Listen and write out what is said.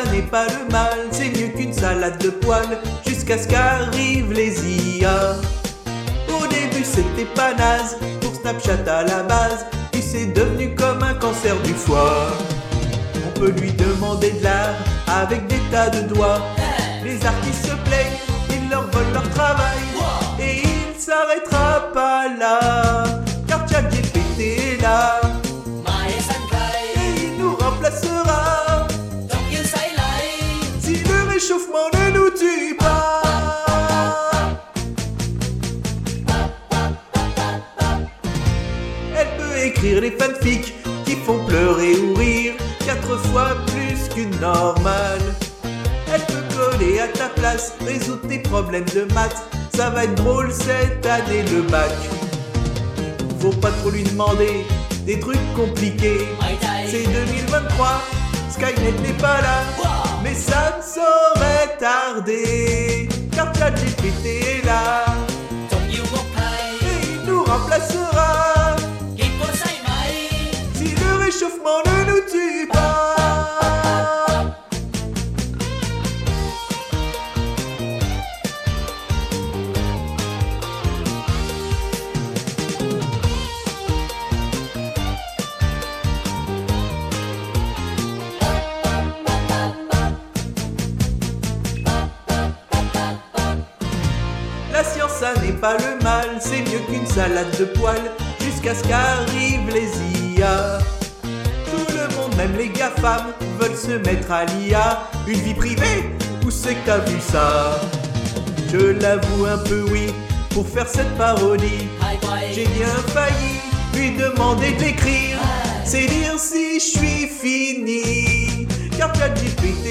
ça n'est pas le mal, c'est mieux qu'une salade de poils, jusqu'à ce qu'arrivent les IA. Au début c'était pas naze, pour Snapchat à la base, puis c'est devenu comme un cancer du foie. On peut lui demander de l'art, avec des tas de doigts. Les artistes se plaignent, ils leur volent leur travail, et il s'arrêtera pas là, car ChatGPT est là, et il nous remplacera, si le réchauffement ne nous tue pas. Elle peut écrire les fanfics qui font pleurer ou rire 4 fois plus qu'une normale. Elle peut coller à ta place, résoudre tes problèmes de maths. Ça va être drôle cette année le bac. Faut pas trop lui demander des trucs compliqués. C'est 2023, Skynet n'est pas là, mais ça ne saurait tarder, car ChatGPT est là, et il nous remplacera, si le réchauffement ne nous tue pas. La science ça n'est pas le mal, c'est mieux qu'une salade de poils, jusqu'à ce qu'arrivent les IA. Tout le monde, même les GAFAM, veulent se mettre à l'IA. Une vie privée, où c'est que t'as vu ça? Je l'avoue un peu oui, pour faire cette parodie, j'ai bien failli lui demander de l'écrire. C'est dire si je suis fini, car ChatGPT